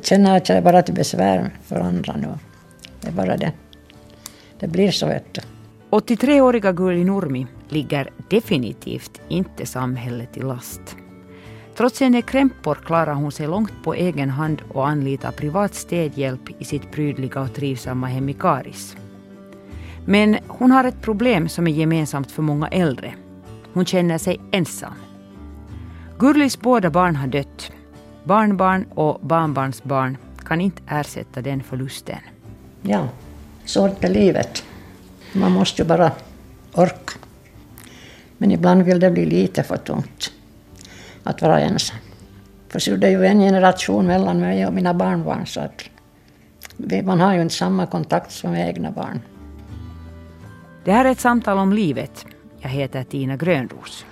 Jag känner att jag är bara till besvär för andra nu. Det är bara det. Det blir så, vet du. 83-åriga Gurli Nurmi ligger definitivt inte samhället till last. Trots sina krämpor klarar hon sig långt på egen hand och anlitar privat städhjälp i sitt prydliga och trivsamma hem i Karis. Men hon har ett problem som är gemensamt för många äldre. Hon känner sig ensam. Gurlis båda barn har dött. Barnbarn och barnbarnsbarn kan inte ersätta den förlusten. Ja, så är livet. Man måste ju bara orka. Men ibland vill det bli lite för tungt att vara ensam. För så det är ju en generation mellan mig och mina barnbarn, så att man har ju inte samma kontakt som med egna barn. Det här är ett samtal om livet. Jag heter Tina Grönros.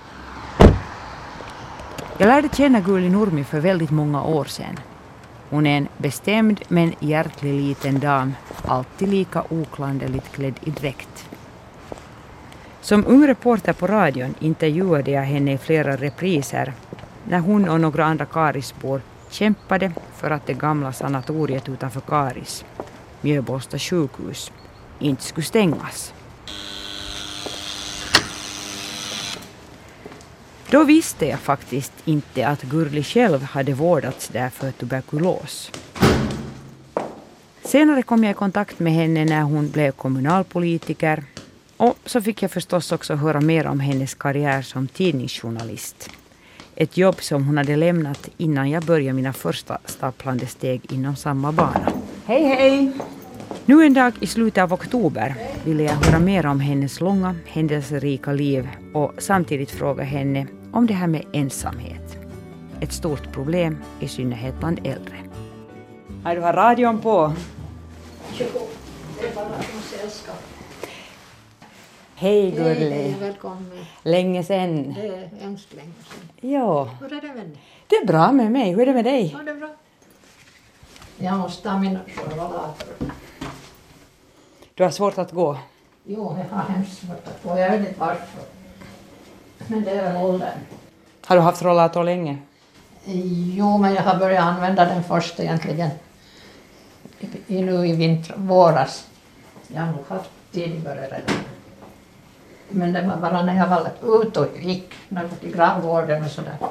Jag lärde känna Gurli Nurmi för väldigt många år sedan. Hon är en bestämd men hjärtlig liten dam, alltid lika oklanderligt klädd i dräkt. Som ung reporter på radion intervjuade jag henne i flera repriser när hon och några andra Karisbor kämpade för att det gamla sanatoriet utanför Karis, Mjöbosta sjukhus, inte skulle stängas. Då visste jag faktiskt inte att Gurli själv hade vårdats där för tuberkulos. Senare kom jag i kontakt med henne när hon blev kommunalpolitiker, och så fick jag förstås också höra mer om hennes karriär som tidningsjournalist. Ett jobb som hon hade lämnat innan jag började mina första stapplande steg inom samma bana. Hej hej! Nu en dag i slutet av oktober ville jag höra mer om hennes långa, händelserika liv och samtidigt fråga henne om det här med ensamhet. Ett stort problem, i synnerhet bland äldre. Har du radion på? Jo, det är bara som sällskap. Hej Gurli. Hej, välkommen. Länge sedan. Det är hemskt länge sedan. Ja. Hur är det med dig? Det är bra med mig. Hur är det med dig? Ja, det är bra. Jag måste ta min rollator. Du har svårt att gå. Jo, jag har hemskt svårt att gå. Jag vet inte varför. Men det är väl åldern. Har du haft rollator länge? Jo, men jag har börjat använda den först egentligen nu i våras. Jag har nog haft tidigare redan. Men det var bara när jag var ute och gick till gravvården och sådär.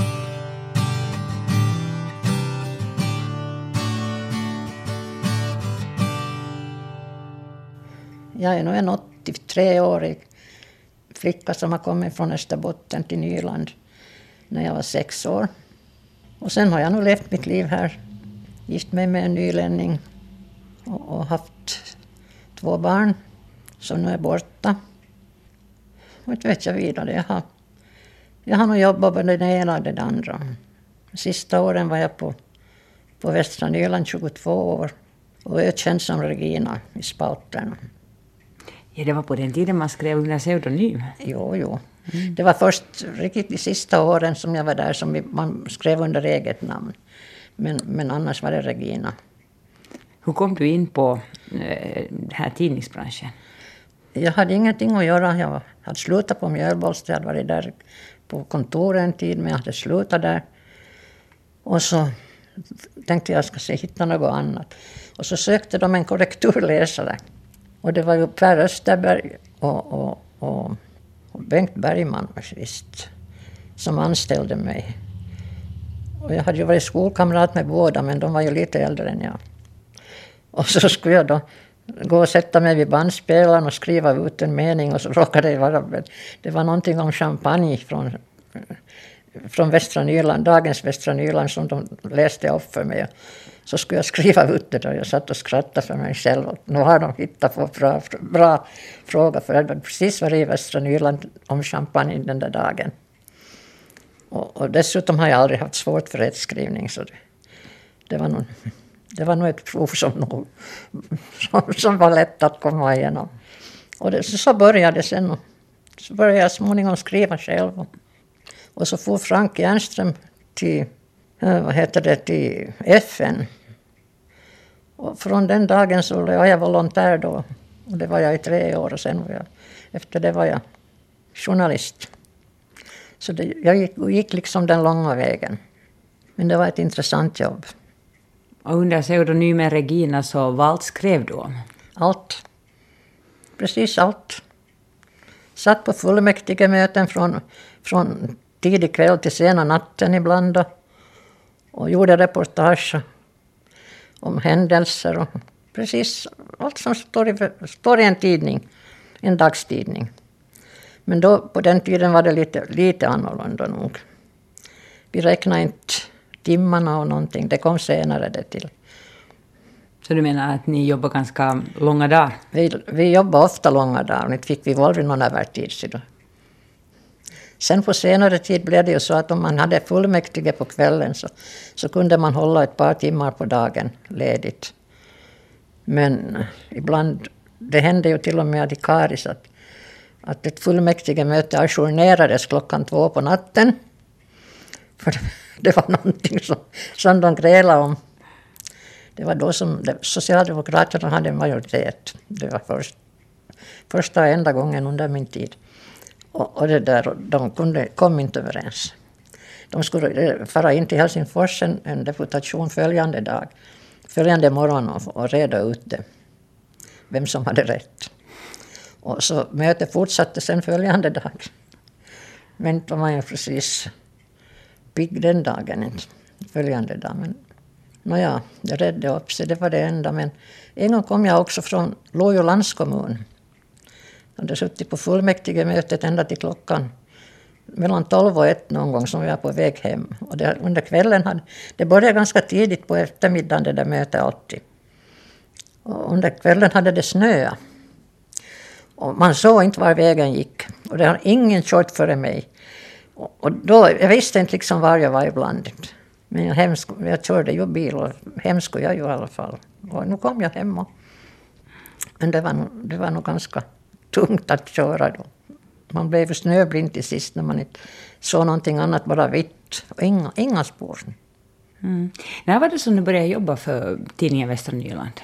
Jag är nog en 83-årig flicka som har kommit från Österbotten till Nyland när jag var 6 år. Och sen har jag nog levt mitt liv här. Gift mig med en nylänning och haft 2 barn som nu är borta. Och inte vet jag vidare. Jag har nog jobbat med det ena och det andra. Sista åren var jag på Västra Nyland 22 år och är känd som Regina i spalterna. Ja, det var på den tiden man skrev under pseudonym. Jo. Det var först riktigt de sista åren som jag var där som man skrev under eget namn. Men annars var det Regina. Hur kom du in på den här tidningsbranschen? Jag hade ingenting att göra. Jag hade slutat på Mjölbollsta. Jag hade varit där på kontoret en tid, men jag hade slutat där. Och så tänkte jag ska hitta något annat. Och så sökte de en korrekturläsare. Och det var ju Per Österberg och Bengt Bergman visst, som anställde mig. Och jag hade ju varit skolkamrat med båda, men de var ju lite äldre än jag. Och så skulle jag då gå och sätta mig vid bandspelaren och skriva ut en mening, och så råkade det var någonting om champagne från Västra Nyland, dagens Västra Nyland, som de läste upp för mig. Så skulle jag skriva ut det, och jag satt och skrattade för mig själv. Och nu har de hittat på bra fråga, för det var precis var i Västra Nyland om champagne den där dagen. Och dessutom har jag aldrig haft svårt för rättskrivning, så det var nog ett prov som var lätt att komma igenom. Och så började det sen. Och så började jag småningom skriva själv. Och så får Frank Jernström till till FN. Och från den dagen så var jag volontär då. Och det var jag i 3 år, och sen efter det var jag journalist. Så jag gick liksom den långa vägen. Men det var ett intressant jobb. Och under pseudonymen Regina så vad skrev du om? Allt. Precis allt. Satt på fullmäktige möten från tidig kväll till sena natten ibland och gjorde reportage om händelser och precis allt som står i en tidning, en dagstidning. Men då på den tiden var det lite annorlunda nog. Vi räknade inte timmarna och någonting, det kom senare det till. Så du menar att ni jobbar ganska långa dagar? Vi jobbar ofta långa dagar, inte fick vi aldrig någon övertid. Sen på senare tid blev det ju så att om man hade fullmäktige på kvällen så kunde man hålla ett par timmar på dagen ledigt. Men ibland, det hände ju till och med i Karis att ett fullmäktige möte ajournerades 2:00 på natten. För det var någonting som de grälade om. Det var då som Socialdemokraterna hade en majoritet. Det var första och enda gången under min tid. Och det där, de kom inte överens. De skulle fara in till Helsingfors en deputation följande morgon och reda ut det. Vem som hade rätt. Och så mötet fortsatte sen följande dag. Men inte var man ju precis pigg den dagen, inte följande dag. Men nåja, det redde upp sig, det var det enda. Men en gång kom jag också från Lojo landskommun. Jag hade suttit på fullmäktige mötet ända till klockan mellan 12 och 1 någon gång som vi var på väg hem. Och under kvällen det började ganska tidigt på eftermiddagen det där mötet alltid. Och under kvällen hade det snöat. Och man såg inte var vägen gick. Och det har ingen kört före mig. Och då, jag visste inte liksom var jag var ibland. Men jag körde ju bil och hem skulle jag ju i alla fall. Och nu kom jag hem men det var nog ganska tungt att köra då. Man blev snöblind till sist när man inte såg någonting annat, bara vitt och inga spår. Mm. När var det som du började jobba för tidningen Västra Nyland?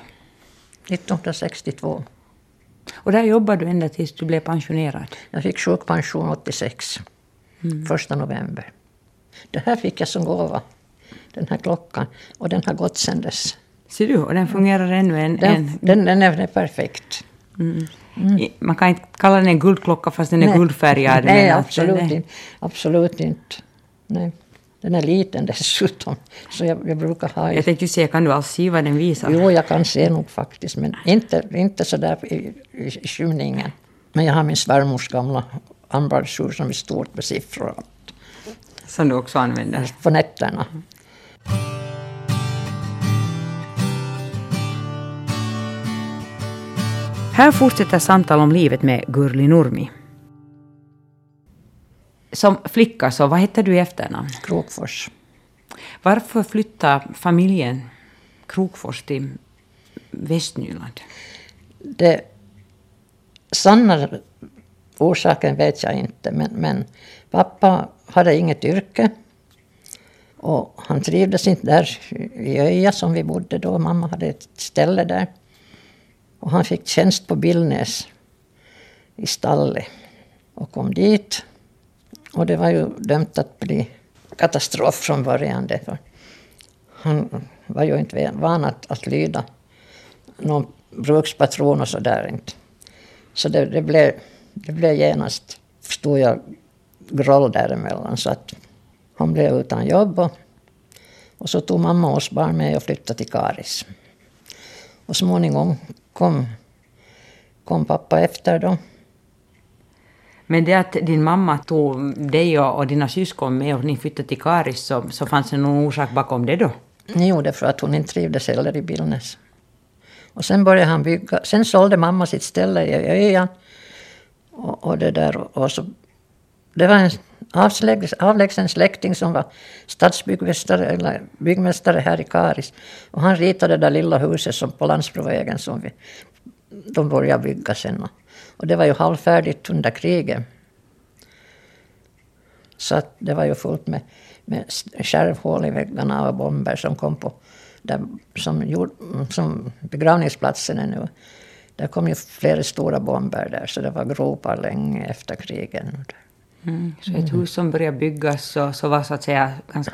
1962. Och där jobbade du ända tills du blev pensionerad? Jag fick sjukpension 86. 1 november. Det här fick jag som gåva. Den här klockan. Och den har gått sedan dess. Ser du? Och den fungerar ännu Den är perfekt. Mm. Man kan inte kalla den en guldklocka fast den är guldfärgad. Nej, absolut inte. Nej. Den är liten dessutom. Så jag brukar ha... Jag tänkte säga, kan du alls se vad den visar? Jo, jag kan se nog faktiskt. Men inte så där i skymningen. Men jag har min svärmors gamla armbandsur som är stort med siffror. Som du också använder? På nätterna. Här fortsätter samtal om livet med Gurli Nurmi. Som flicka, så vad heter du i efternamn? Krokfors. Varför flyttade familjen Krokfors till Västnyland? Det sanna orsaken vet jag inte, men pappa hade inget yrke. Och han trivdes inte där i Öja som vi bodde då. Mamma hade ett ställe där. Och han fick tjänst på Billnäs i stallet och kom dit. Och det var ju dömt att bli katastrof från början. För han var ju inte van att lyda någon brukspatron och så där inte. Så det blev genast stora groll däremellan. Så att han blev utan jobb och så tog mamma oss barn med och flyttade till Karis. Och småningom kom pappa efter då. Men det att din mamma tog dig och dina syskon med och ni flyttade till Karis, så fanns det någon orsak bakom det då? Jo, det är för att hon inte trivdes heller i Billnäs. Och sen började han bygga. Sen sålde mamma sitt ställe i Öjan. Och det där. Och så, det var en avlägsen släkting som var stadsbyggmästare eller byggmästare här i Karis. Och han ritade det där lilla huset som på Landsbrovägen som de började bygga sen. Och det var ju halvfärdigt under kriget. Så att det var ju fullt med skärvhål i väggarna och bomber som kom på där, som begravningsplatsen är nu. Där kom ju flera stora bomber där, så det var gropar länge efter krigen. Så ett hus som började byggas så var så att säga ganska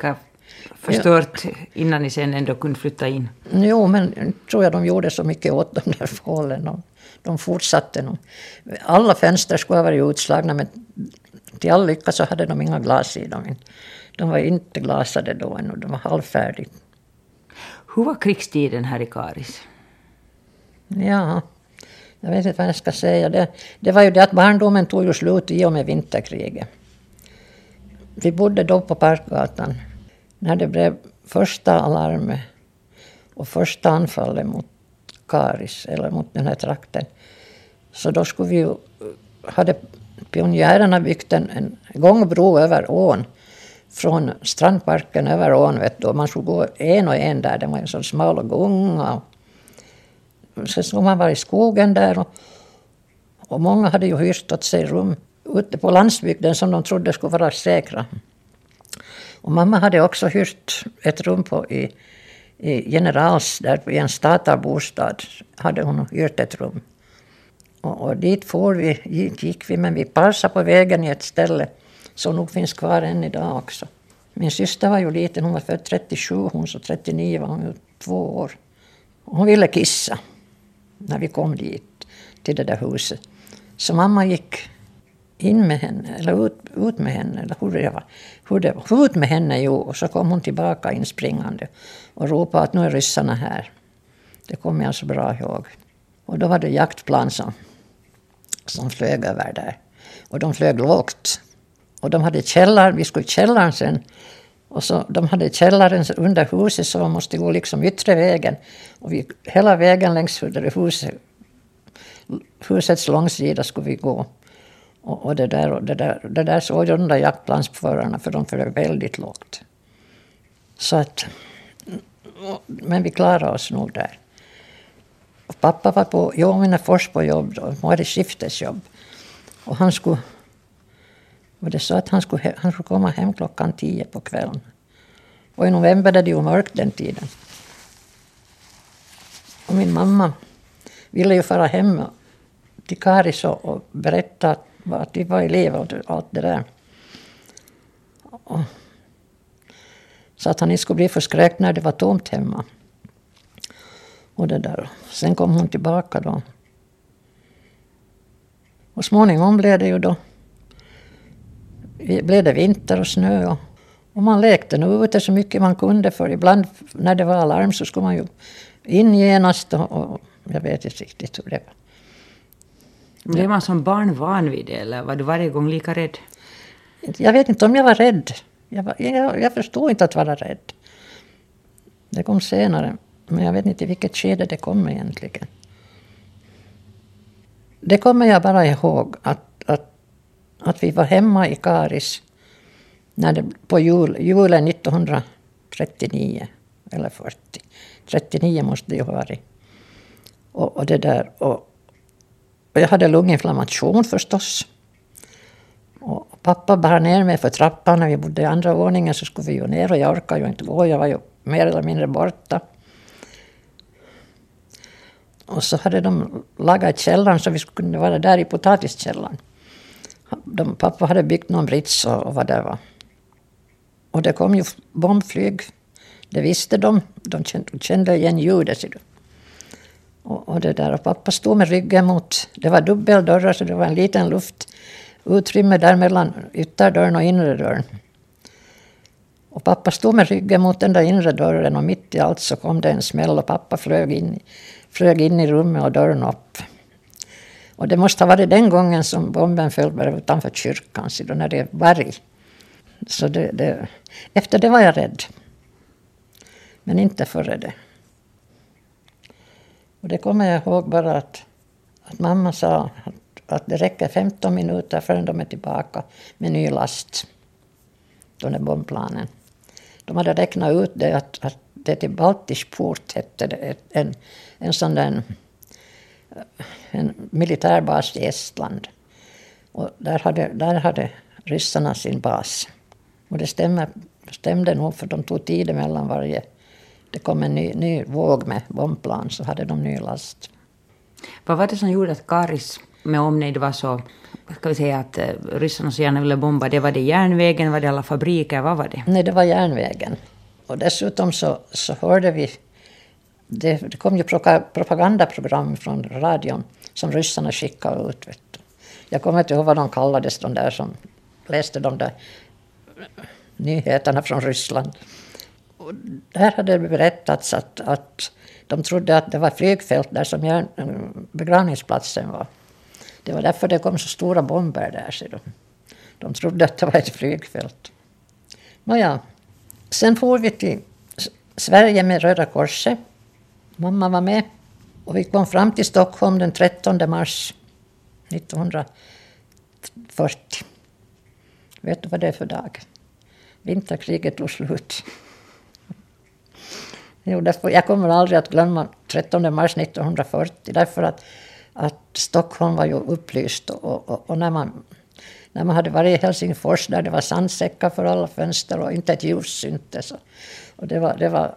förstört innan ni sen ändå kunde flytta in? Jo, men tror jag de gjorde så mycket åt de där hålen. De fortsatte nog. Alla fönster skulle ha varit utslagna, men till all lycka så hade de inga glas i dem. De var inte glasade då ännu, de var halvfärdiga. Hur var krigstiden här i Karis? Ja, jag vet inte vad jag ska säga. Det var ju det att barndomen tog ju slut i och med vinterkriget. Vi bodde då på Parkgatan. När det blev första alarmet och första anfallet mot Karis, eller mot den här trakten, så då skulle vi ju, hade pionjärerna byggt en gångbro över ån, från strandparken över ån, vet du. Man skulle gå en och en där, det var en sån smal och gånga. Så skulle man vara i skogen där, och många hade ju hyrt åt sig rum ute på landsbygden som de trodde skulle vara säkra. Och mamma hade också hyrt ett rum i Generals, där i en statarbostad hade hon hyrt ett rum. Och dit gick vi, men vi pausade på vägen i ett ställe som nog finns kvar än idag också. Min syster var ju liten, hon var född 37, hon så 39 var hon ju 2 år. Hon ville kissa när vi kom dit till det där huset. Så mamma gick in med henne, eller ut med henne, eller hur det var. Ut med henne, jo, och så kom hon tillbaka inspringande och ropade att nu är ryssarna här. Det kommer jag så bra ihåg. Och då var det jaktplan som flög över där. Och de flög lågt. Och de hade källare, vi skulle i källaren sen. Och så de hade källaren under huset, så man måste gå liksom yttre vägen. Och hela vägen längs husets långsida skulle vi gå. Och det där såg de där jaktplansförarna, för de flög väldigt lågt. Så att, men vi klarade oss nog där. Och pappa var på Jominefors på jobb då, han hade skiftesjobb. Och han skulle komma hem 10:00 på kvällen. Och i november är det ju mörkt den tiden. Och min mamma ville ju fara hem till Karis och berätta att vi var i liv och allt det där. Så att han inte skulle bli förskräckt när det var tomt hemma. Och det där. Sen kom hon tillbaka då. Och småningom blev det ju då. Blev det vinter och snö. Och man lekte nog ute så mycket man kunde. För ibland när det var alarm så skulle man ju in genast. Och jag vet inte riktigt hur det var. Blev man som barn van vid det? Eller var du varje gång lika rädd? Jag vet inte om jag var rädd. Jag förstod inte att vara rädd. Det kom senare. Men jag vet inte i vilket skede det kom egentligen. Det kommer jag bara ihåg att vi var hemma i Karis på julen 1939 eller 40. 39 måste det ju ha varit. Och det där. Och jag hade lunginflammation förstås. Och pappa bar ner mig för trappan. När vi bodde i andra våningen så skulle vi ju ner, och jag orkade ju inte gå. Jag var ju mer eller mindre borta. Och så hade de lagat ett källaren så vi skulle kunna vara där i potatiskällaren. Pappa hade byggt någon brits och vad det var. Och det kom ju bombflyg. Det visste de. De kände igen ljudet. Och det där. Och pappa stod med ryggen mot. Det var dubbeldörrar, så det var en liten luftutrymme där mellan ytterdörren och inre dörren. Och pappa stod med ryggen mot den där inre dörren, och mitt i allt så kom det en smäll och pappa flög in i rummet och dörren upp. Och det måste ha varit den gången som bomben föll bara utanför kyrkan, så då när det var. Så efter det var jag rädd. Men inte före det. Och det kommer jag ihåg bara att mamma sa att det räcker 15 minuter förrän de är tillbaka med ny last. De där bombplanen. De hade räknat ut det att det till Baltisk port hette det, en sån där en militärbas i Estland. Och där hade ryssarna sin bas. Och det stämde nog, för de tog tid mellan varje. Det kom en ny våg med bombplan, så hade de ny last. Vad var det som gjorde att Karis med omnejd var så, ska vi säga att ryssarna så gärna ville bomba? Det var det järnvägen, var det alla fabriker, vad var det? Nej, det var järnvägen. Och dessutom så hörde vi, det kom ju propagandaprogram från radion som ryssarna skickade ut. Vet du. Jag kommer inte ihåg vad de kallades, de där som läste de där nyheterna från Ryssland. Och där hade det berättats att de trodde att det var flygfält där som begravningsplatsen var. Det var därför det kom så stora bomber där. Så de trodde att det var ett flygfält. Nåja, sen får vi till Sverige med Röda Korset. Mamma var med. Och vi kom fram till Stockholm den 13 mars 1940. Vet du vad det är för dag? Vinterkriget tog slut. Jo, jag kommer aldrig att glömma 13 mars 1940. Därför att Stockholm var ju upplyst. Och när man hade varit i Helsingfors där det var sandsäckar för alla fönster och inte ett ljus syntes. Och det var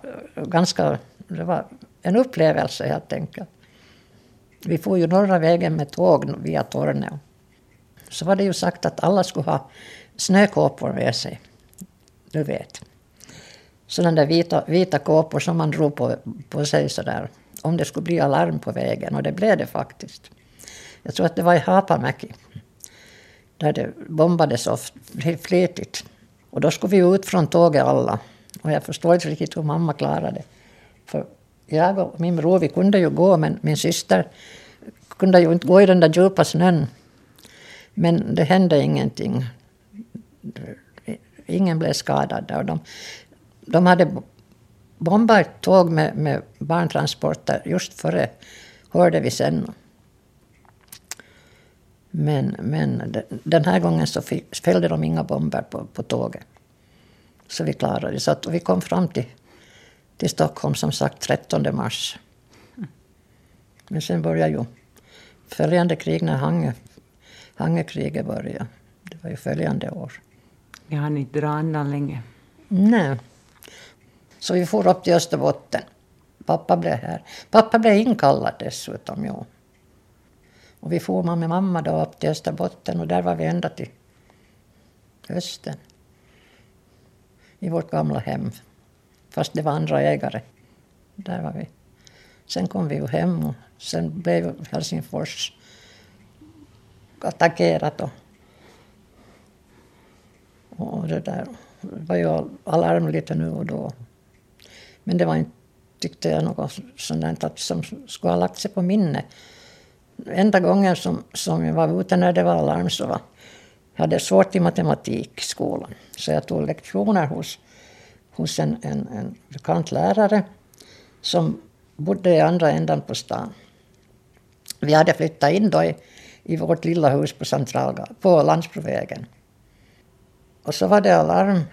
en upplevelse helt enkelt. Vi får ju norra vägen med tåg via Torneå. Så var det ju sagt att alla skulle ha snökåpor med sig. Du vet. Sådana där vita kåpor som man drog på sig sådär. Om det skulle bli alarm på vägen. Och det blev det faktiskt. Jag tror att det var i Haapamäki. Där det bombades flitigt. Och då skulle vi ut från tåget alla. Och jag förstår inte riktigt hur mamma klarade det. För jag och min bror, vi kunde ju gå. Men min syster kunde ju inte gå i den där djupa snön. Men det hände ingenting. Ingen blev skadad där. De hade bombat ett tåg med barntransporter just före, hörde vi sen. Men den här gången så fällde de inga bomber på tåget. Så vi klarade det. Så att vi kom fram till Stockholm som sagt 13 mars. Men sen började ju följande krig när Hangekriget började. Det var ju följande år. Jag hann inte dra andan länge. Nej. Så vi får upp till Österbotten. Pappa blev här. Pappa blev inkallad dessutom, ja. Och vi får med mamma då upp till Österbotten och där var vi ända till hösten. I vårt gamla hem. Fast det var andra ägare. Där var vi. Sen kom vi ju hem och sen blev Helsingfors attackerat och det där var ju alarm lite nu och då. Men det var inte, tyckte jag, något sådant som skulle ha lagt sig på minne. Enda gången som jag var ute när det var alarm så hade jag svårt i matematik i skolan. Så jag tog lektioner hos en bekant lärare som bodde i andra ändan på stan. Vi hade flyttat in då i vårt lilla hus på Landsbrovägen. Och så var det alarm.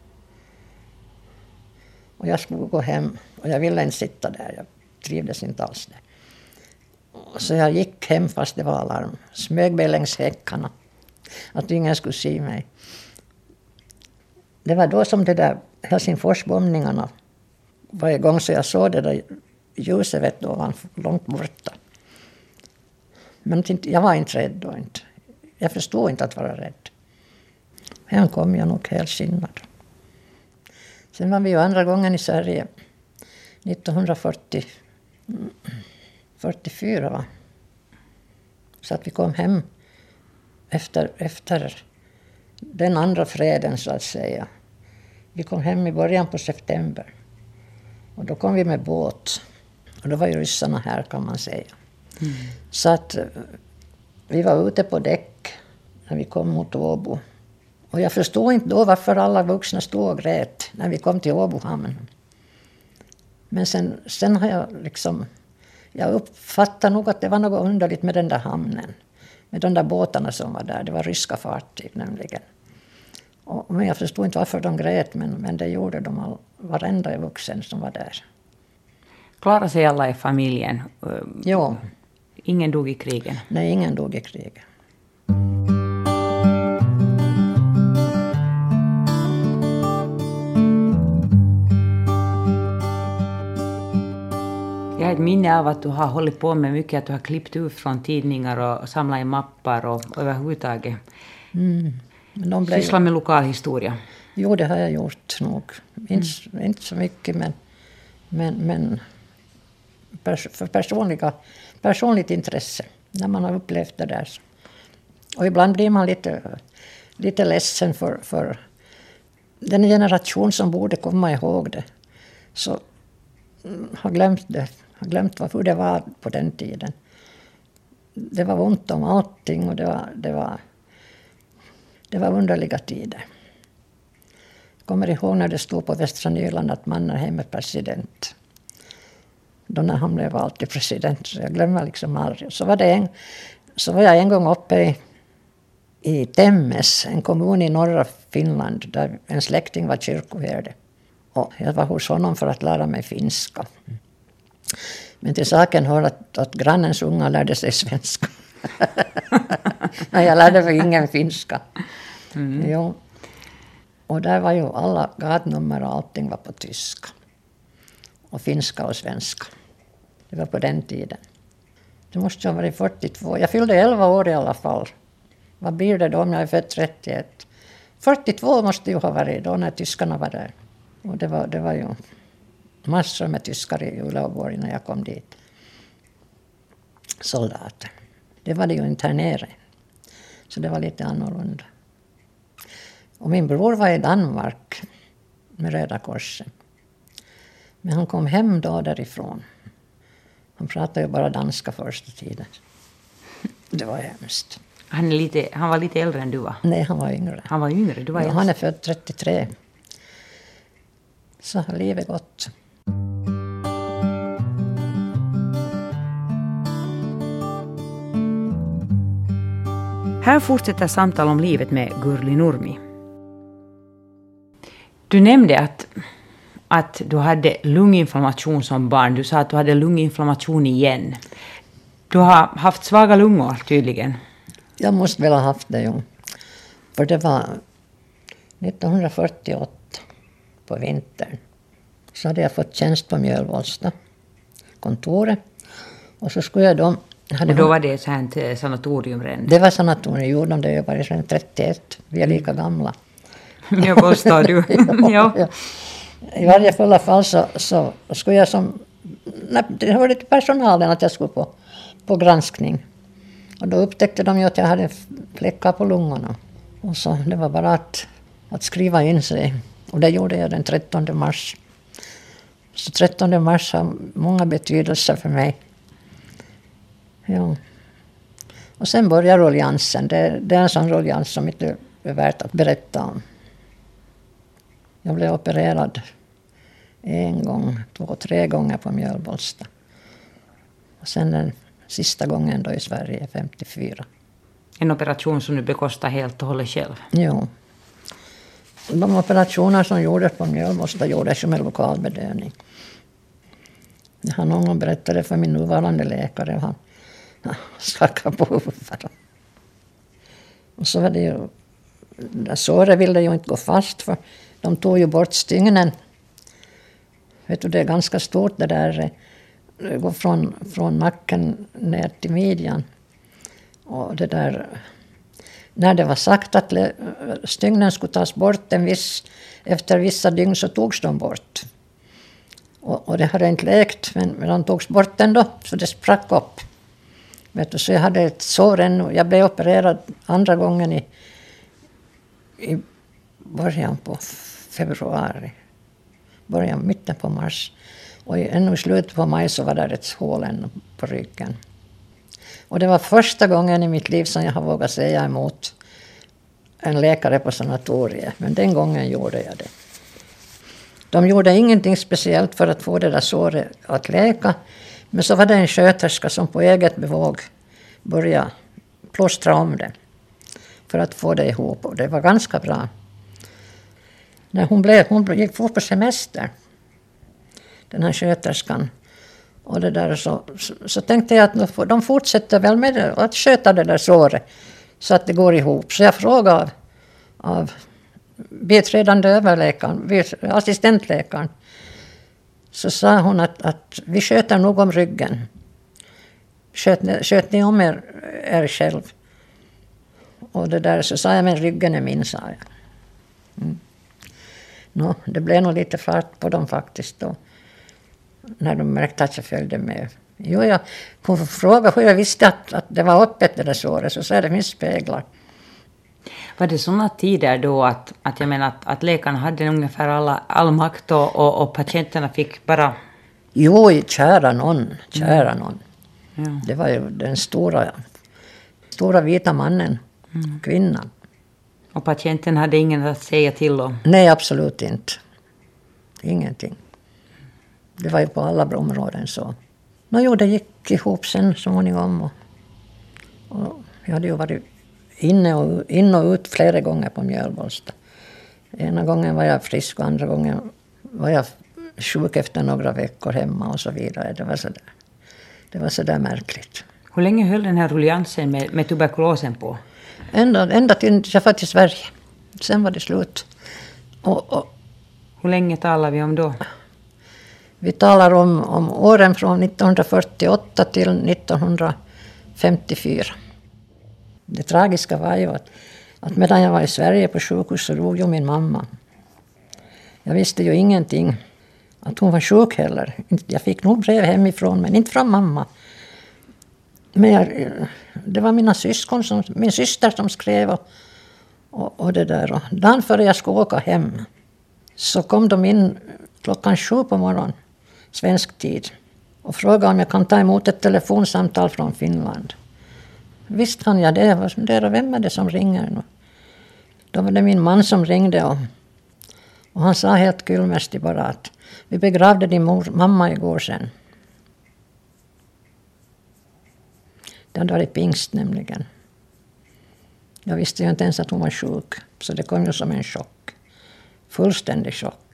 Och jag skulle gå hem. Och jag ville inte sitta där. Jag trivdes inte alls där. Så jag gick hem fast det var alarm. Smög mig längs häckarna. Att ingen skulle se mig. Det var då som det där Helsingforsbombningarna var igång. Så jag såg det där ljuset då var långt borta. Men jag var inte rädd då. Inte. Jag förstod inte att vara rädd. Hem kom jag nog helt skinnad. Sen var vi ju andra gången i Sverige 1944 va. Så att vi kom hem efter den andra freden så att säga. Vi kom hem i början på september. Och då kom vi med båt. Och då var ju ryssarna här kan man säga. Mm. Så att vi var ute på däck när vi kom mot Åbo. Och jag förstod inte då varför alla vuxna stod och grät när vi kom till Åbohamn. Men sen har jag uppfattat nog att det var något underligt med den där hamnen. Med de där båtarna som var där. Det var ryska fartyg nämligen. Men jag förstod inte varför de grät, men det gjorde de varenda vuxen som var där. Klarade sig alla i familjen? Ja. Ingen dog i krigen? Nej, ingen dog i kriget. Jag har ett minne av att du har hållit på med mycket, att du har klippt ut från tidningar och samlat i mappar och överhuvudtaget sysslat med lokalhistoria. Jo, det har jag gjort nog. Inte så mycket, men för personligt intresse. När man har upplevt det där. Och ibland blir man lite ledsen för den generation som borde komma ihåg det. Så har glömt det. Har glömt hur det var på den tiden. Det var ont om allting och det var underliga tider. Jag kommer ihåg när det stod på Västra Nyland att Mannerheim är president. Då när han blev vald till president, så jag glömmer liksom aldrig. Så var jag en gång uppe i Temmes, en kommun i norra Finland, där en släkting var kyrkoherde. Och jag var hos honom för att lära mig finska. Men till saken hör att grannens unga lärde sig svenska. Jag lärde mig ingen finska. Jo. Och där var ju alla gatnummer och allting var på tyska. Och finska och svenska. Det var på den tiden. Det måste ha varit 42. Jag fyllde 11 år i alla fall. Vad blir det då om jag är född 31? 42 måste ju ha varit då när tyskarna var där. Och det var ju massor med tyskar i Uleåborg när jag kom dit. Soldater. Det var det ju internering. Så det var lite annorlunda. Och min bror var i Danmark med Röda Korset. Men han kom hem då därifrån. Han pratade ju bara danska första tiden. Det var hemskt. Han var lite äldre än du var? Nej, han var yngre. Han var yngre? Du var ja, han är född 33. Så har livet gått. Här fortsätter samtal om livet med Gurli Nurmi. Du nämnde att du hade lunginflammation som barn. Du sa att du hade lunginflammation igen. Du har haft svaga lungor tydligen. Jag måste väl ha haft det, jo. För det var 1948 på vintern. Så hade jag fått tjänst på Mjölvalsta kontoret. Och så skulle jag då... Och då var det så här sanatorium redan? Det var sanatorium, gjorde de det ju bara sedan 31. Vi är lika gamla. Jag påstår du. Ja. I varje fall så skulle jag som... Det var lite personalen att jag skulle på granskning. Och då upptäckte de ju att jag hade fläckar på lungorna. Och så det var bara att skriva in sig. Och det gjorde jag den 13 mars. Så 13 mars har många betydelser för mig. Ja. Och sen börjar rulliansen. Det är en sån rullians som inte är värt att berätta om. Jag blev opererad 1 gång, 2, 3 gånger på Mjölvalsta. Och sen den sista gången då i Sverige, 54. En operation som du bekostar helt och hållet själv? Jo. De operationer som gjordes på Mjölvalsta gjordes med lokal bedövning. Jag har någon gång berättat det för min nuvarande läkare och han skakade på huvudet. Och så var det ju... Det såret ville ju inte gå fast för de tog ju bort stygnen. Vet du, det är ganska stort det där. Det går från nacken ner till midjan. Och det där... När det var sagt att stygnen skulle tas bort efter vissa dygn så togs de bort. Och det hade inte läkt, men de togs bort ändå så det sprack upp. Vet du, så jag hade ett sår ännu. Jag blev opererad andra gången i början på februari. Mitten på mars. Och ännu i slutet på maj så var det ett hål ännu på ryggen. Och det var första gången i mitt liv som jag har vågat säga emot en läkare på sanatoriet. Men den gången gjorde jag det. De gjorde ingenting speciellt för att få det där såret att läka. Men så var det en sköterska som på eget bevåg började plåstra om det. För att få det ihop. Och det var ganska bra. När hon gick på semester. Den här sköterskan. Och det där så tänkte jag att de fortsätter väl med det, att sköta det där såret så att det går ihop. Så jag frågade av biträdande överläkaren, assistentläkaren. Så sa hon att vi sköter nog om ryggen. Sköt ni om er själv? Och det där så sa jag, men ryggen är min, sa jag. Det blev nog lite fart på dem faktiskt då. När de märkte att jag följde med. Jo, jag kom och fråga hur jag visste att det var öppet det där såret. Så sa det finns speglar. Var det sådana tider då att jag menar att läkarna hade ungefär all makt och patienterna fick bara... Jo, kära någon. Ja. Det var ju den stora vita mannen, kvinnan. Och patienten hade ingen att säga till om? Nej, absolut inte. Ingenting. Det var ju på alla områden så. Det gick ihop sen så småningom. Och jag hade ju varit in och ut flera gånger på Mjölbollsta. Ena gången var jag frisk och andra gången var jag sjuk efter några veckor hemma och så vidare. Det var så där märkligt. Hur länge höll den här rulliansen med tuberkulosen på? Ända till jag var till Sverige. Sen var det slut. Och hur länge talar vi om då? Vi talar om åren från 1948 till 1954. Det tragiska var ju att medan jag var i Sverige på sjukhus så dog ju min mamma. Jag visste ju ingenting att hon var sjuk heller. Jag fick nog brev hemifrån men inte från mamma. Men det var min syster som skrev och det där. Och dagen före jag skulle åka hem så kom de in 7:00 på morgonen, svensk tid, och frågade om jag kan ta emot ett telefonsamtal från Finland. Visst kan jag det. Vem är det som ringer nu? Då var det min man som ringde och han sa helt kylmässigt bara att vi begravde din mamma igår sen. Det hade varit pingst nämligen. Jag visste ju inte ens att hon var sjuk. Så det kom ju som en chock. Fullständig chock.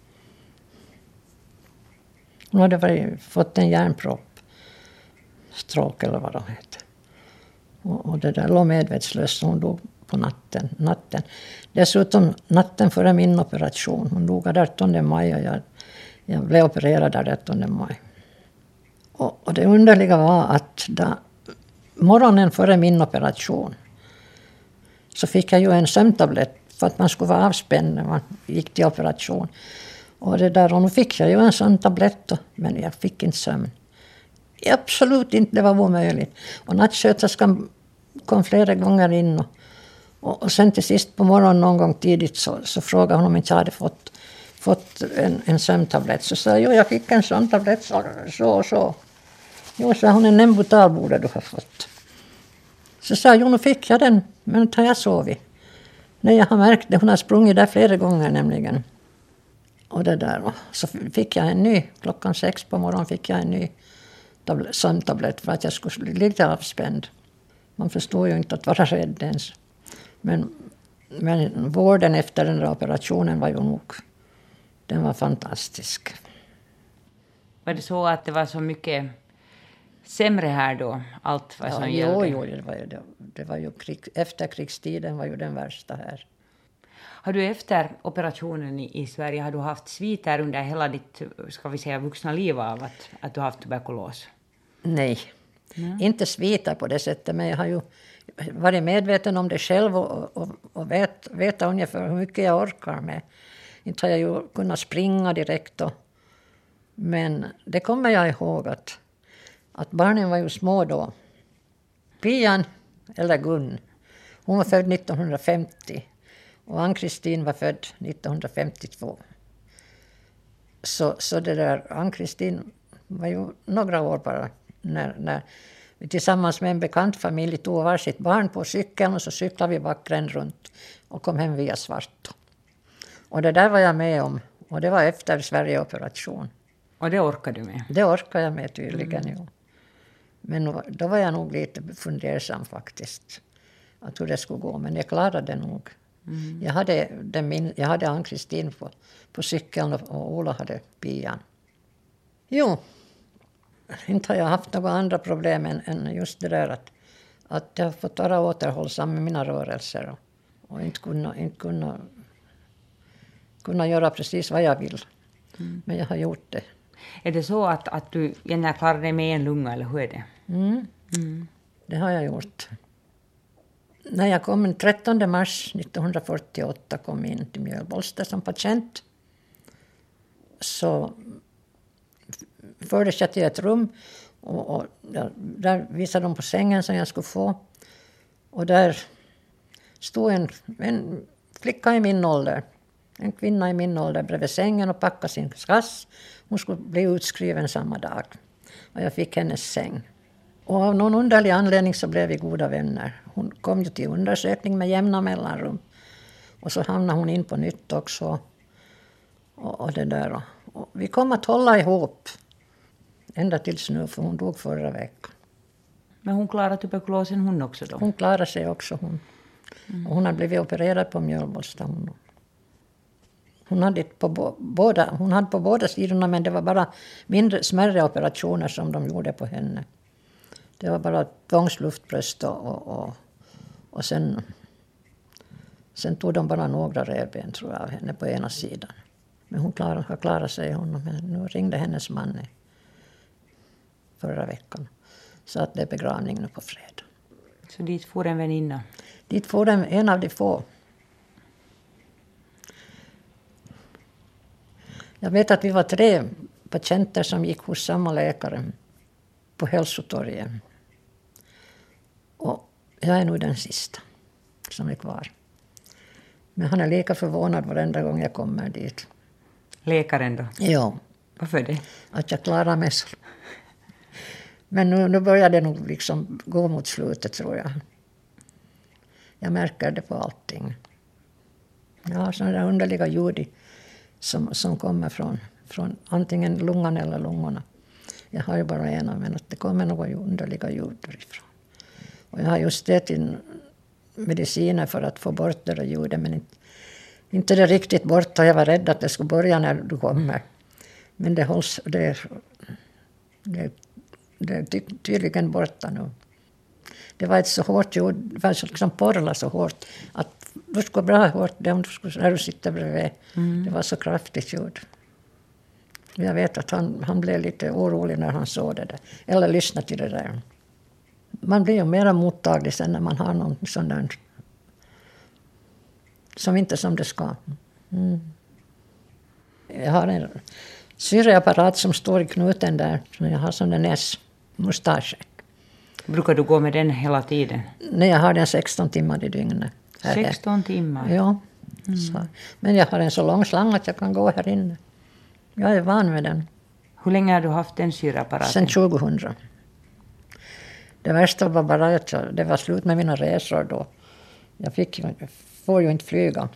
Hon hade fått en hjärnpropp. Stroke eller vad det heter. Och det där låg medvetslös så hon dog på natten. Dessutom natten före min operation. Hon dog 18 maj och jag blev opererad 18 maj. Och det underliga var att morgonen före min operation så fick jag ju en sömntablett för att man skulle vara avspänd när man gick till operation. Och nu fick jag ju en sån tablett men jag fick inte sömn. Absolut inte, det var omöjligt. Och nattsköterskan kom flera gånger in och sen till sist på morgonen någon gång tidigt så frågade hon om inte jag hade fått en sömntablett. Så sa jag fick en sån tablett så och så. Jo, sa hon, en Nembutal borde du ha fått. Så sa jag, nu fick jag den, men inte har jag sovit. Nej, jag har märkt det, hon har sprungit där flera gånger nämligen. Och det där, och så fick jag en ny, 6:00 på morgonen fick jag en ny sömntablett för att jag skulle bli lite avspänd. Man förstår ju inte att vara rädd ens. Men vården efter den där operationen var ju den var fantastisk. Var det så att det var så mycket sämre här då? Allt vad som gällde? Jo, det var ju efterkrigstiden var ju den värsta här. Har du efter operationen i Sverige, har du haft sviter under hela ditt, ska vi säga, vuxna liv av att du har haft tuberkulos? Nej, inte sviter på det sättet, men jag har ju varit medveten om det själv och veta ungefär hur mycket jag orkar med. Inte har jag ju kunnat springa direkt men det kommer jag ihåg att barnen var ju små då. Pian, eller Gun, hon var född 1950 och Ann-Kristin var född 1952. Så det där, Ann-Kristin var ju några år bara när vi tillsammans med en bekant familj tog varsitt barn på cykeln och så cyklade vi backgränd runt och kom hem via Svartå. Och det där var jag med om och det var efter Sverige-operation. Och det orkar du med? Det orkar jag med tydligen, ja. Men då var jag nog lite fundersam faktiskt. Att hur det skulle gå. Men jag klarade det nog. Mm. Jag hade Ann-Kristin på cykeln och Ola hade Pian. Jo, inte har jag haft några andra problem än just det där att jag har fått vara återhållsam med mina rörelser. Och inte kunna göra precis vad jag vill. Mm. Men jag har gjort det. Är det så att du gärna klarar dig med en lunga eller hur är det? Det har jag gjort. När jag kom den 13 mars 1948 kom in till Mjölbollsta som patient så fördes jag till ett rum och där visade de på sängen som jag skulle få. Och där stod en flicka i min ålder, en kvinna i min ålder bredvid sängen och packade sin skass. Hon skulle bli utskriven samma dag. Och jag fick hennes säng. Och av någon underlig anledning så blev vi goda vänner. Hon kom ju till undersökning med jämna mellanrum. Och så hamnade hon in på nytt också. Och det där. Och vi kom att hålla ihop. Ända tills nu, för hon dog förra veckan. Men hon klarade tuberkulosen hon också då? Hon klarade sig också hon. Och hon hade blivit opererad på Mjölbollsta. Hon hade på båda sidorna, men det var bara smärre operationer som de gjorde på henne. Det var bara tvångsluftbröst och sen tog de bara några revben tror jag av henne på ena sidan. Men hon har klarat sig honom. Men nu ringde hennes man förra veckan. Så att det är begravning nu på fredag. Så dit får en väninna? Dit får en av de få. Jag vet att vi var 3 patienter som gick hos samma läkare på hälsotorget. Och jag är nog den sista som är kvar. Men han är lika förvånad varenda gång jag kommer dit. Läkaren då? Ja. Varför det? Att jag klarar mig så. Men nu börjar det nog liksom gå mot slutet tror jag. Jag märker det på allting. Jag har sådana där underliga ljud som kommer från antingen lungan eller lungorna. Jag har ju bara ena, men att det kommer några underliga ljud därifrån. Och jag har just ätit mediciner för att få bort det där ljudet, men inte det riktigt borta. Jag var rädd att det skulle börja när du kommer. Men det hålls, det är tydligen borta nu. Det var ett så hårt ljud, det var liksom porla så hårt att du skulle bra hårt det om när du sitter bredvid. Det var så kraftigt ljud. Jag vet att han blev lite orolig när han såg det där. Eller lyssnade till det där. Man blir ju mer mottaglig sen när man har någon sån där som inte som det ska. Jag har en syreapparat som står i knuten där. Så jag har sån där näsmustasch. Brukar du gå med den hela tiden? Nej, jag har den 16 timmar i dygnet. 16 timmar? Ja. Så. Men jag har en så lång slang att jag kan gå här inne. Jag är van med den. Hur länge har du haft den syrapparaten? Sen 2000. Det värsta var bara att det var slut med mina resor då. Jag får ju inte flyga.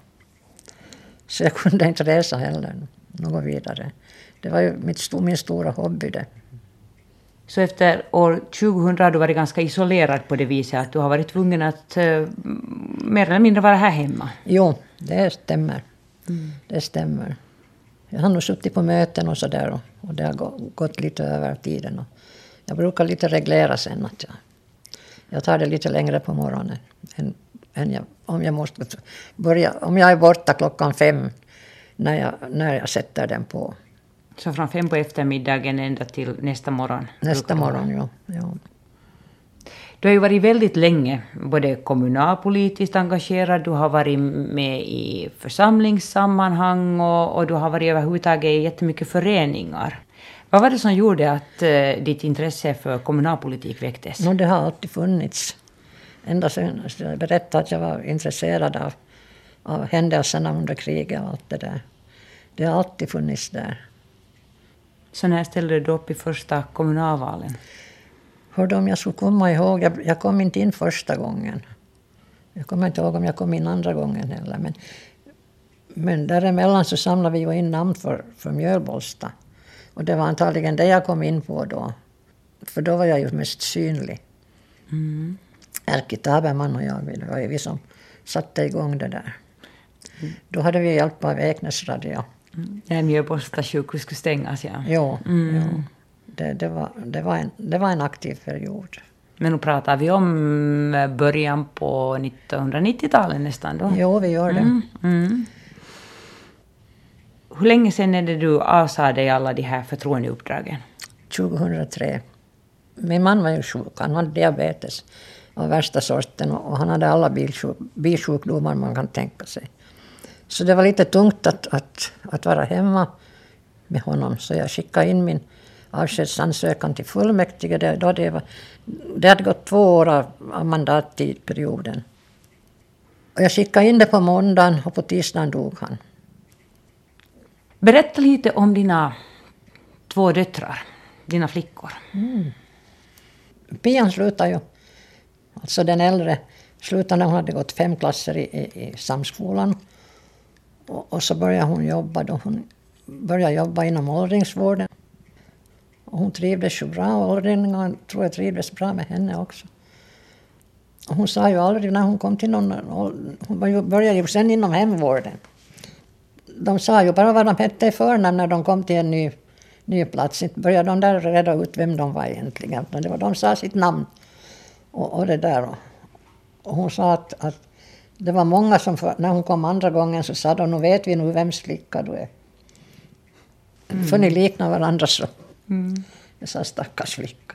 Så jag kunde inte resa heller något vidare. Det var ju min stora hobby det. Så efter år 2000 har du varit ganska isolerad på det viset att du har varit tvungen att mer eller mindre vara här hemma? Jo, det stämmer. Det stämmer. Jag har nog suttit på möten och sådär och det har gått lite över tiden. Och jag brukar lite reglera sen att jag tar det lite längre på morgonen än om jag måste börja. Om jag är borta 5:00 när jag sätter den på. Så från 5 på eftermiddagen ända till nästa morgon? Nästa morgon, ja. Du har ju varit väldigt länge både kommunalpolitiskt engagerad, du har varit med i församlingssammanhang och du har varit överhuvudtaget i jättemycket föreningar. Vad var det som gjorde att ditt intresse för kommunalpolitik väcktes? Det har alltid funnits. Ända sedan jag berättade att jag var intresserad av händelserna under kriget och allt det där. Det har alltid funnits där. Så när ställde du upp i första kommunalvalen? Hörde om jag skulle komma ihåg. Jag kom inte in första gången. Jag kommer inte ihåg om jag kom in andra gången heller. Men däremellan så samlade vi ju in namn för Mjölbollsta. Och det var antagligen det jag kom in på då. För då var jag ju mest synlig. Erkki Taberman och jag, det var ju vi som satte igång det där. Då hade vi hjälp av Eknäsradio. När Mjölbollsta sjukhus skulle stängas, ja. Ja. Det var en aktiv period. Men nu pratar vi om början på 1990-talet nästan då. Jo, vi gör det. Hur länge sedan är det du avsade dig alla de här förtroendeuppdragen? 2003. Min man var ju sjuk. Han hade diabetes av värsta sorten och han hade alla bisjukdomar man kan tänka sig. Så det var lite tungt att vara hemma med honom. Så jag skickade in min avskedsansökan till fullmäktige. Det hade gått 2 år av mandattidperioden. Och jag skickade in det på måndagen och på tisdagen dog han. Berätta lite om dina 2 döttrar, dina flickor. Pian slutade ju, alltså den äldre, slutade när hon hade gått 5 klasser i samskolan. Och så började hon jobba då. Hon började jobba inom åldringsvården. Och hon trivdes ju bra och åldringarna tror jag trivdes bra med henne också. Och hon sa ju aldrig när hon kom till hon började ju sen inom hemvården. De sa ju bara vad de hette i förnamn när de kom till en ny plats. Inte började de där reda ut vem de var egentligen. Det var, de sa sitt namn och det där. Och hon sa att det var många som, när hon kom andra gången så sa de, nu vet vi nu vems flicka du är. För ni liknar varandra så. Jag sa stackars flicka.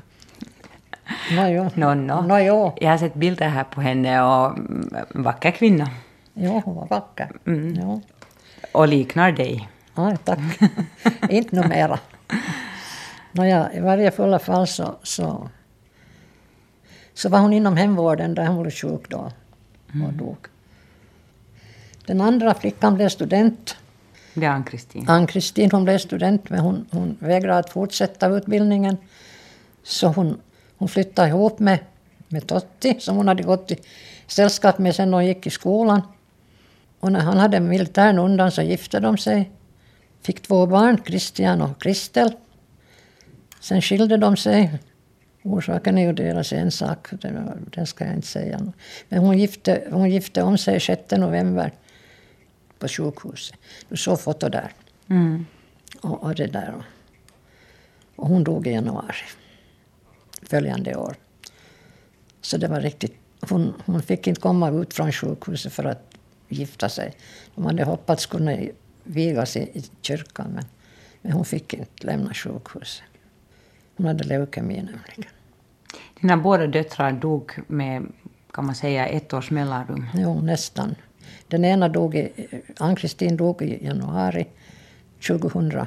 No. Jag har sett bilder här på henne och vacker kvinna. Ja, hon var vacker. Ja. Och liknar dig. Ja, tack. Inte nog mera. I varje fulla fall så var hon inom hemvården där hon blev sjuk då och dog. Den andra flickan blev student. Det är Ann-Kristin. Ann-Kristin, hon blev student men hon vägrade att fortsätta utbildningen. Så hon flyttade ihop med Totti som hon hade gått i sällskap med sen hon gick i skolan. Och när han hade militären undan så gifte de sig. Fick 2 barn, Christian och Kristel. Sen skilde de sig. Orsaken är ju deras ensak, den ska jag inte säga. Men hon gifte om sig 6 november på sjukhuset. Du såg foto där. Och det där. Och hon dog i januari följande år. Så det var riktigt. Hon fick inte komma ut från sjukhuset för att gifta sig. De hade hoppats kunna vigas i kyrkan men hon fick inte lämna sjukhuset. Hon hade leukemi nämligen. Dina båda döttrar dog med, kan man säga, 1 års mellanrum? Jo, nästan. Den ena Ann-Kristin dog i januari 2007.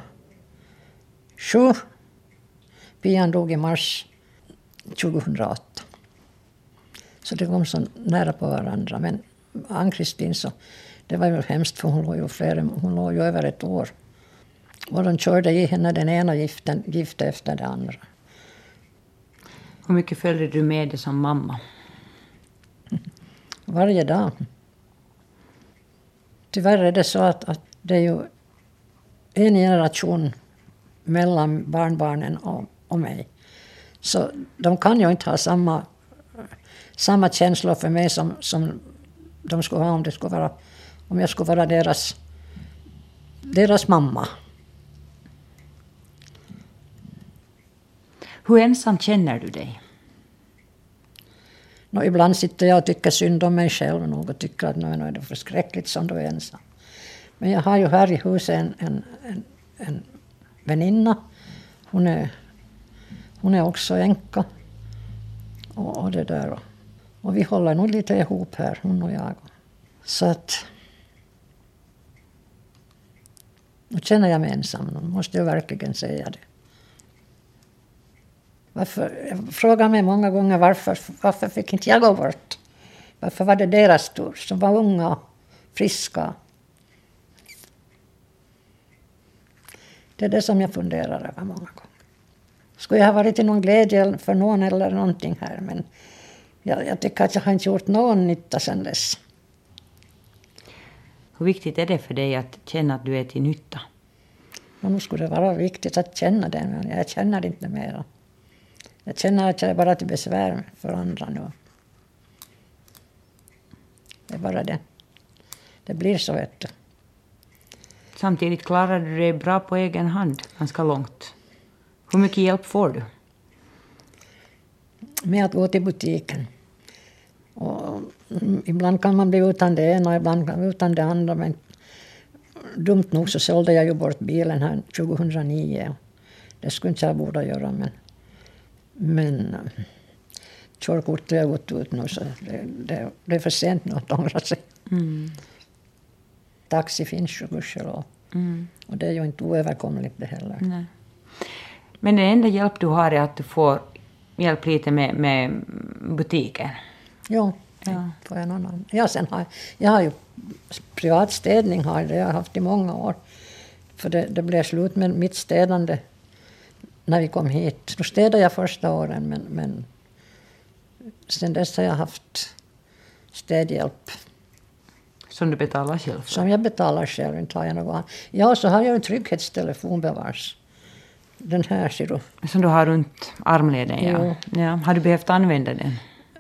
Pian dog i mars 2008. Så det kom så nära på varandra. Men Ann-Kristin så, det var ju hemskt för hon låg ju över 1 år. Och de körde i henne den ena gifte efter det andra. Hur mycket följde du med det som mamma? Varje dag. Tyvärr är det så att det är ju en generation mellan barnbarnen och mig. Så de kan ju inte ha samma känslor för mig som de skulle ha om jag skulle vara deras mamma. Hur ensam känner du dig? Ibland sitter jag och tycker synd om mig själv och tycker att nu är det förskräckligt som du är ensam. Men jag har ju här i huset en väninna. Hon är också änka. Och det där. Och vi håller nog lite ihop här, hon och jag. Så att nu känner jag mig ensam. Nu måste jag verkligen säga det. Jag frågar mig många gånger varför fick inte jag gå bort? Varför var det deras tur som var unga och friska? Det är det som jag funderar över många gånger. Skulle jag ha varit till någon glädje för någon eller någonting här, men jag tycker att jag har inte gjort någon nytta sedan dess. Hur viktigt är det för dig att känna att du är till nytta? Och nu skulle det vara viktigt att känna det, men jag känner det inte mer. Jag känner att jag är bara till besvär för andra nu. Det är bara det. Det blir så, vet du. Samtidigt klarar du dig bra på egen hand, ganska långt. Hur mycket hjälp får du? Med att gå till butiken. Och ibland kan man bli utan det ena och ibland utan det andra. Men dumt nog så sålde jag ju bort bilen här 2009. Det skulle inte jag borde göra, men körkortet har gått ut nu så det är för sent nu att ångra sig. Taxi finns ju gudskelov. Och det är ju inte oöverkomligt det heller. Nej. Men den enda hjälp du har är att du får hjälp lite med butiken. Jo, får jag någon annan. Ja, sen jag har ju privatstädning har jag haft i många år. För det blev slut med mitt städande när vi kom hit. Nu städade jag första åren, men sen dess har jag haft städhjälp. Som du betalar själv för? Som jag betalar själv, inte har jag något annat. Ja, så har jag en trygghetstelefon bevars. Den här ser du. Som du har runt armleden, ja. Ja. Har du behövt använda den?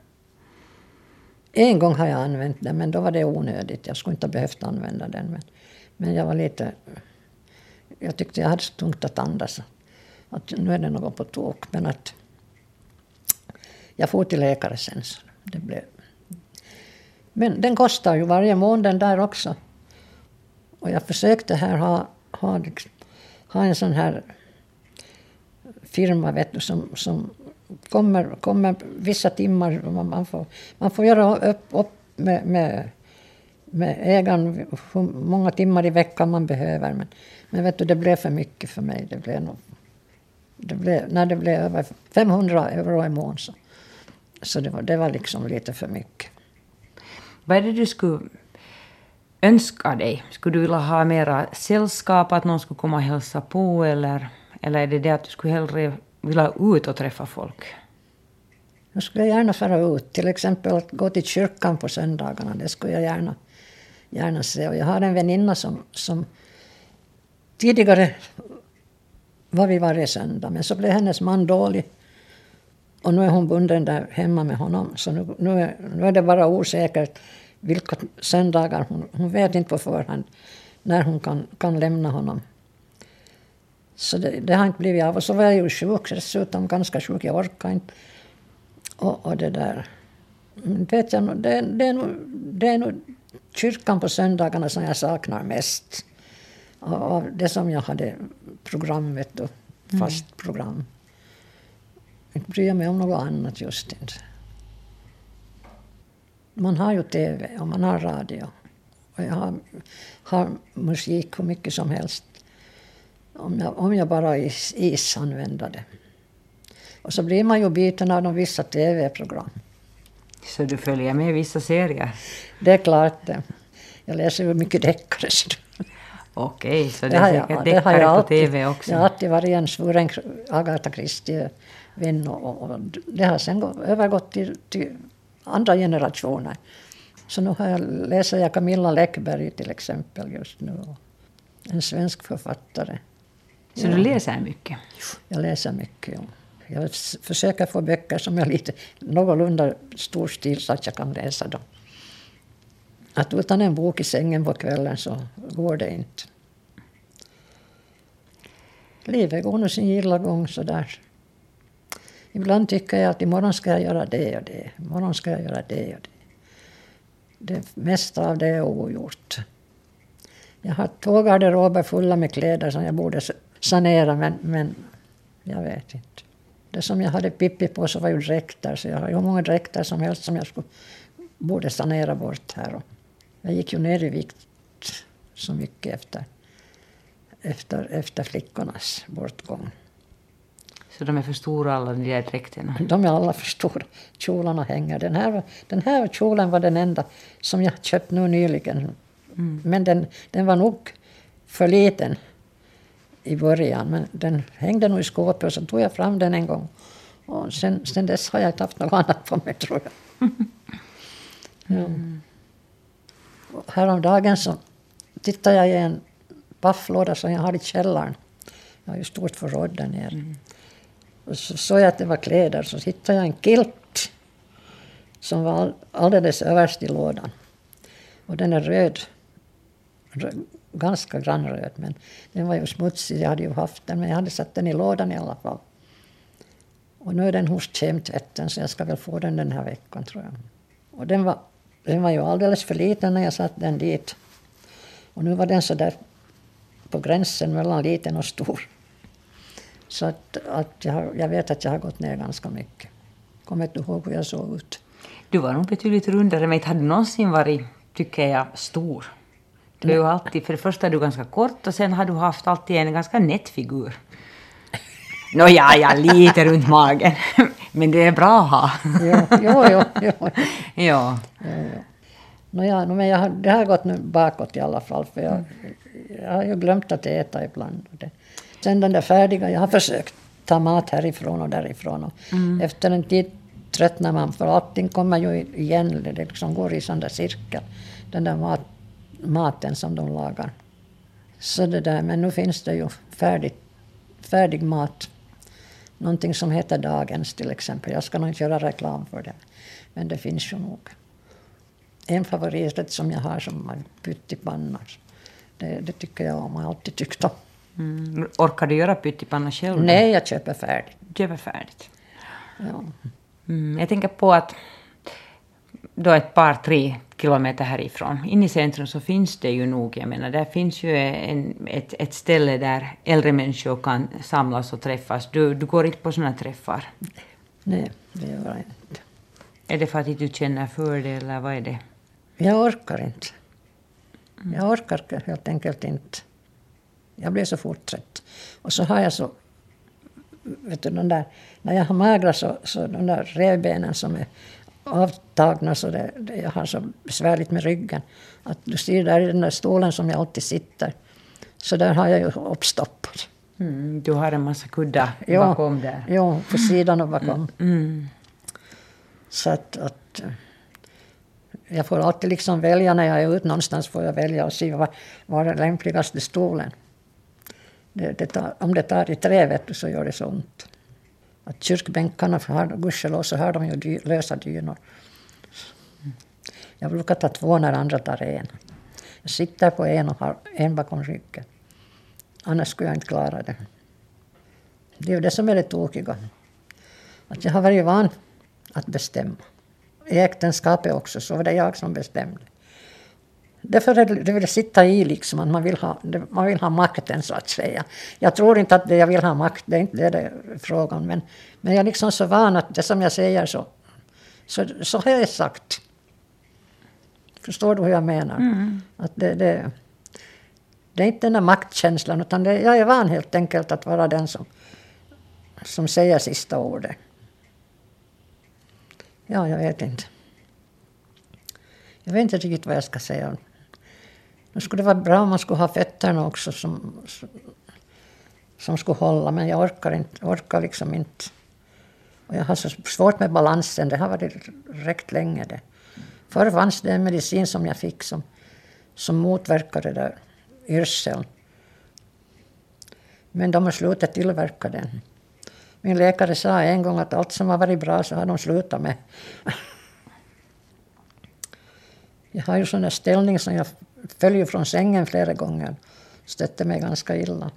En gång har jag använt den, men då var det onödigt. Jag skulle inte ha behövt använda den. Men jag var lite... Jag tyckte jag hade så tungt att andas. Att nu är det något på tok. Men att jag får till läkare sen. Så det blev... Men den kostar ju varje månad där också. Och jag försökte här ha en sån här firma, vet du, som kommer vissa timmar. Man får göra upp med ägaren hur många timmar i veckan man behöver. Men vet du, det blev för mycket för mig. När det blev över 500 euro i månaden så det var liksom lite för mycket. Vad är det du skulle önska dig? Skulle du vilja ha mera sällskap, att någon skulle komma och hälsa på, eller är det att du skulle hellre vilja ut och träffa folk? Jag skulle gärna föra ut, till exempel att gå till kyrkan på söndagarna. Det skulle jag gärna se. Och jag har en väninna som tidigare var vi varje söndag, men så blev hennes man dålig. Och nu är hon bunden där hemma med honom. Så nu är det bara osäkert vilka söndagar. Hon vet inte på förhand när hon kan lämna honom. Så det har inte blivit av. Och så var jag ju sjuk, dessutom ganska sjuk. Jag orkar inte. Och det där. Vet jag, det är nog kyrkan på söndagarna som jag saknar mest. Av det som jag hade programmet och fast program. Jag inte bryr mig om något annat just inte. Man har ju tv och man har radio. Och jag har musik hur mycket som helst. Om jag bara is använder det. Och så blir man ju biten av vissa tv-program. Så du följer med vissa serier? Det är klart det. Jag läser ju mycket deckare. Okej, så det är säkert deckare på tv också. Jag har alltid varit en svuren Agatha Christie-vän och det har sen övergått till andra generationer. Så nu läser jag Camilla Läckberg till exempel just nu. En svensk författare. Så du läser mycket? Jag läser mycket, ja. Jag försöker få böcker som är lite någorlunda stor stil så att jag kan läsa dem. Att utan en bok i sängen på kvällen så går det inte. Livet går nu sin gilla gång så där. Ibland tycker jag att imorgon ska jag göra det och det. Imorgon ska jag göra det och det. Det mesta av det är ogjort. Jag har 2 garderober fulla med kläder som jag borde sanera, men jag vet inte. Det som jag hade Pippi på så var ju dräkter, så jag har ju många dräkter som helst som jag borde sanera bort här. Jag gick ju ner i vikt så mycket efter flickornas bortgång. Så de är för stora alla de där dräkterna? De är alla för stora. Kjolarna hänger. Den här kjolen var den enda som jag köpt nu nyligen. Men den var nog för liten i början. Men den hängde nog i skåpet och så tog jag fram den en gång. Och sen dess har jag inte haft något annat på mig, tror jag. Ja. Häromdagen så tittade jag i en pafflåda som jag har i källaren. Jag har ju stort förråd där nere. Och så såg jag att det var kläder. Så hittade jag en kilt som var alldeles överst i lådan. Och den är röd. Ganska grannröd. Men den var ju smutsig. Jag hade ju haft den. Men jag hade satt den i lådan i alla fall. Och nu är den hos kemtvätten. Så jag ska väl få den här veckan, tror jag. Och den var ju alldeles för liten när jag satt den dit. Och nu var den så där på gränsen mellan liten och stor. Så att jag vet att jag har gått ner ganska mycket. Kommer inte ihåg hur jag såg ut. Du var nog betydligt rundare, men hade någonsin varit, tycker jag, stor. Du är ju alltid, för det första är du ganska kort och sen har du haft alltid en ganska nätt figur. Lite runt magen. Men det är bra att ha. Ja. Men det har gått nu bakåt i alla fall. För jag har ju glömt att äta ibland. Sen den där färdiga, jag har försökt ta mat härifrån och därifrån. Och efter en tid tröttnar man, för allting kommer ju igen. Det liksom går i sån där cirkel. Den där maten som de lagar. Så det där, men nu finns det ju färdig mat. Någonting som heter Dagens till exempel. Jag ska nog inte göra reklam för det. Men det finns ju nog. En favoriträtt som jag har som är pyttipanna. Det tycker jag om. Jag har alltid tyckt om. Orkar du göra pyttipanna själv? Nej, jag köper färdigt. Ja. Jag tänker på att då ett par 3 kilometer härifrån, in i centrum, så finns det ju nog, jag menar, där finns ju ett ställe där äldre människor kan samlas och träffas. Du går inte på sådana träffar? Nej, det gör jag inte. Är det för att du känner för det, eller vad är det? Jag orkar inte. Jag orkar helt enkelt inte. Jag blir så fort trött. Och så har jag så, vet du, när jag har magra så de där revbenen som är avtagna, så jag har så besvärligt med ryggen. Att du ser där i den där stolen som jag alltid sitter. Så där har jag ju uppstoppat. Du har en massa kuddar bakom där. Ja, på sidan och bakom. Så att jag får alltid liksom välja när jag är ute någonstans, får jag välja och se vad är den lämpligaste stolen. Om det tar i trä, så gör det så ont. Att kyrkbänkarna, gudskelov, så har de ju lösa dynor. Jag brukar ta 2 när andra tar 1. Jag sitter på en och har en bakom ryggen. Annars skulle jag inte klara det. Det är ju det som är det tokiga. Att jag har varit van att bestämma. I äktenskapet också, så var det jag som bestämde. Därför det vill sitta i liksom, att man vill ha makten, så att säga. Jag tror inte att jag vill ha makt, det är inte det frågan. Men jag är liksom så van att det som jag säger så har jag sagt. Förstår du hur jag menar? Att det är inte den där maktkänslan, utan jag är van helt enkelt att vara den som säger sista ordet. Ja, jag vet inte. Jag vet inte riktigt vad jag ska säga. Nu skulle det vara bra om man skulle ha fötterna också som skulle hålla, men jag orkar liksom inte. Och jag har så svårt med balansen, det har varit rätt länge det. Förr fanns det en medicin som jag fick som motverkade det där yrseln. Men de har slutat tillverka den. Min läkare sa en gång att allt som har varit bra så har de slutat med. Jag har ju sån där ställning som jag följer från sängen flera gånger. Stötte mig ganska illa.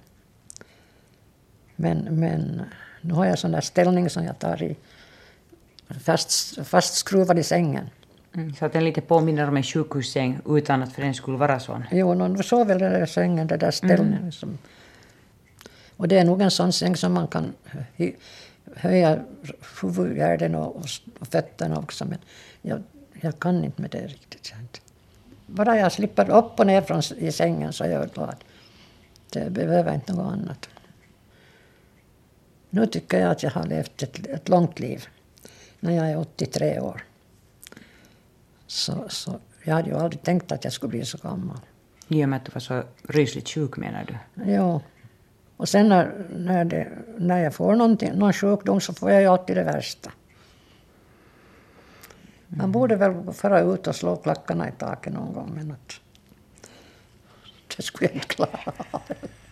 Men nu har jag sån där ställning som jag tar i fastskruvad i sängen. Så att den lite påminner om en sjukhussäng utan att för den skulle vara sån? Jo, nu så väl den där sängen, den där ställningen. Och det är nog en sån säng som man kan höja huvudgärden och fötterna också. Men jag kan inte med det riktigt. Bara jag slipper upp och ner i sängen så är jag glad. Det behöver inte något annat. Nu tycker jag att jag har levt ett långt liv. När jag är 83 år. Så jag hade ju aldrig tänkt att jag skulle bli så gammal. I och med att du var så rysligt sjuk, menar du? Ja. Och sen när jag får någon sjukdom så får jag ju alltid det värsta. Man borde väl föra ut och slå klackarna i taket någon gång, men att det skulle jag inte klara av.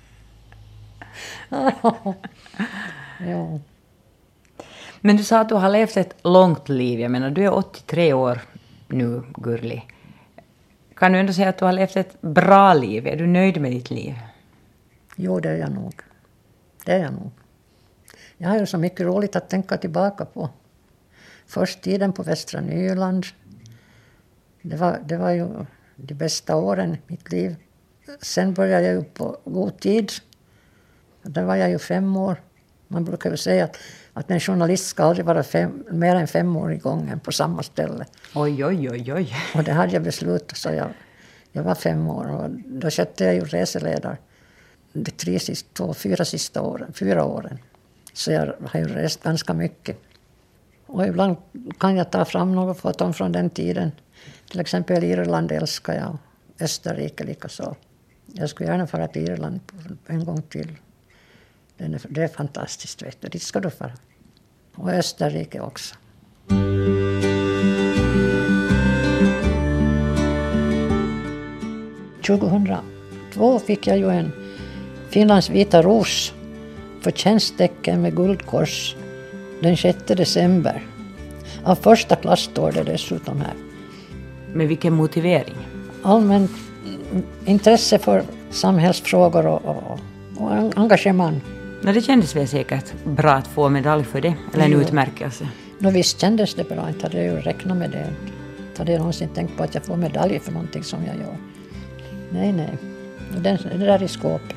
Ja. Men du sa att du har levt ett långt liv. Jag menar, du är 83 år nu, Gurli. Kan du ändå säga att du har levt ett bra liv? Är du nöjd med ditt liv? Jo, det är jag nog. Jag har ju så mycket roligt att tänka tillbaka på. Först tiden på Västra Nyland. Det var ju de bästa åren i mitt liv. Sen började jag ju på god tid. Där var jag ju 5 år. Man brukar ju säga att en journalist ska aldrig vara mer än 5 år i gången på samma ställe. Oj. Och det hade jag beslutat, så Jag var 5 år och då skötte jag ju reseledare de 4 åren. Så jag har ju rest ganska mycket. Och ibland kan jag ta fram något foton från den tiden. Till exempel Irland älskar jag, Österrike likaså. Jag skulle gärna fara till Irland en gång till. Det är fantastiskt, vet du. Dit ska du fara. Och Österrike också. 2002 fick jag ju en Finlands vita ros för tjänsttecken med guldkors den 6 december. Av första klass står det dessutom här. Med vilken motivering? Allmänt intresse för samhällsfrågor och engagemang. Det kändes väl säkert bra att få medalj för det, eller en utmärkelse? Visst kändes det bra, inte hade jag ju räknat med det. Inte hade jag någonsin tänkt på att jag får medalj för någonting som jag gör. Nej. Det där i skåpet.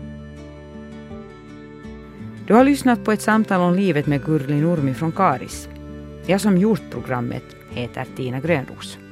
Du har lyssnat på ett samtal om livet med Gurli Nurmi från Karis. Jag som gjort programmet heter Tina Grönros.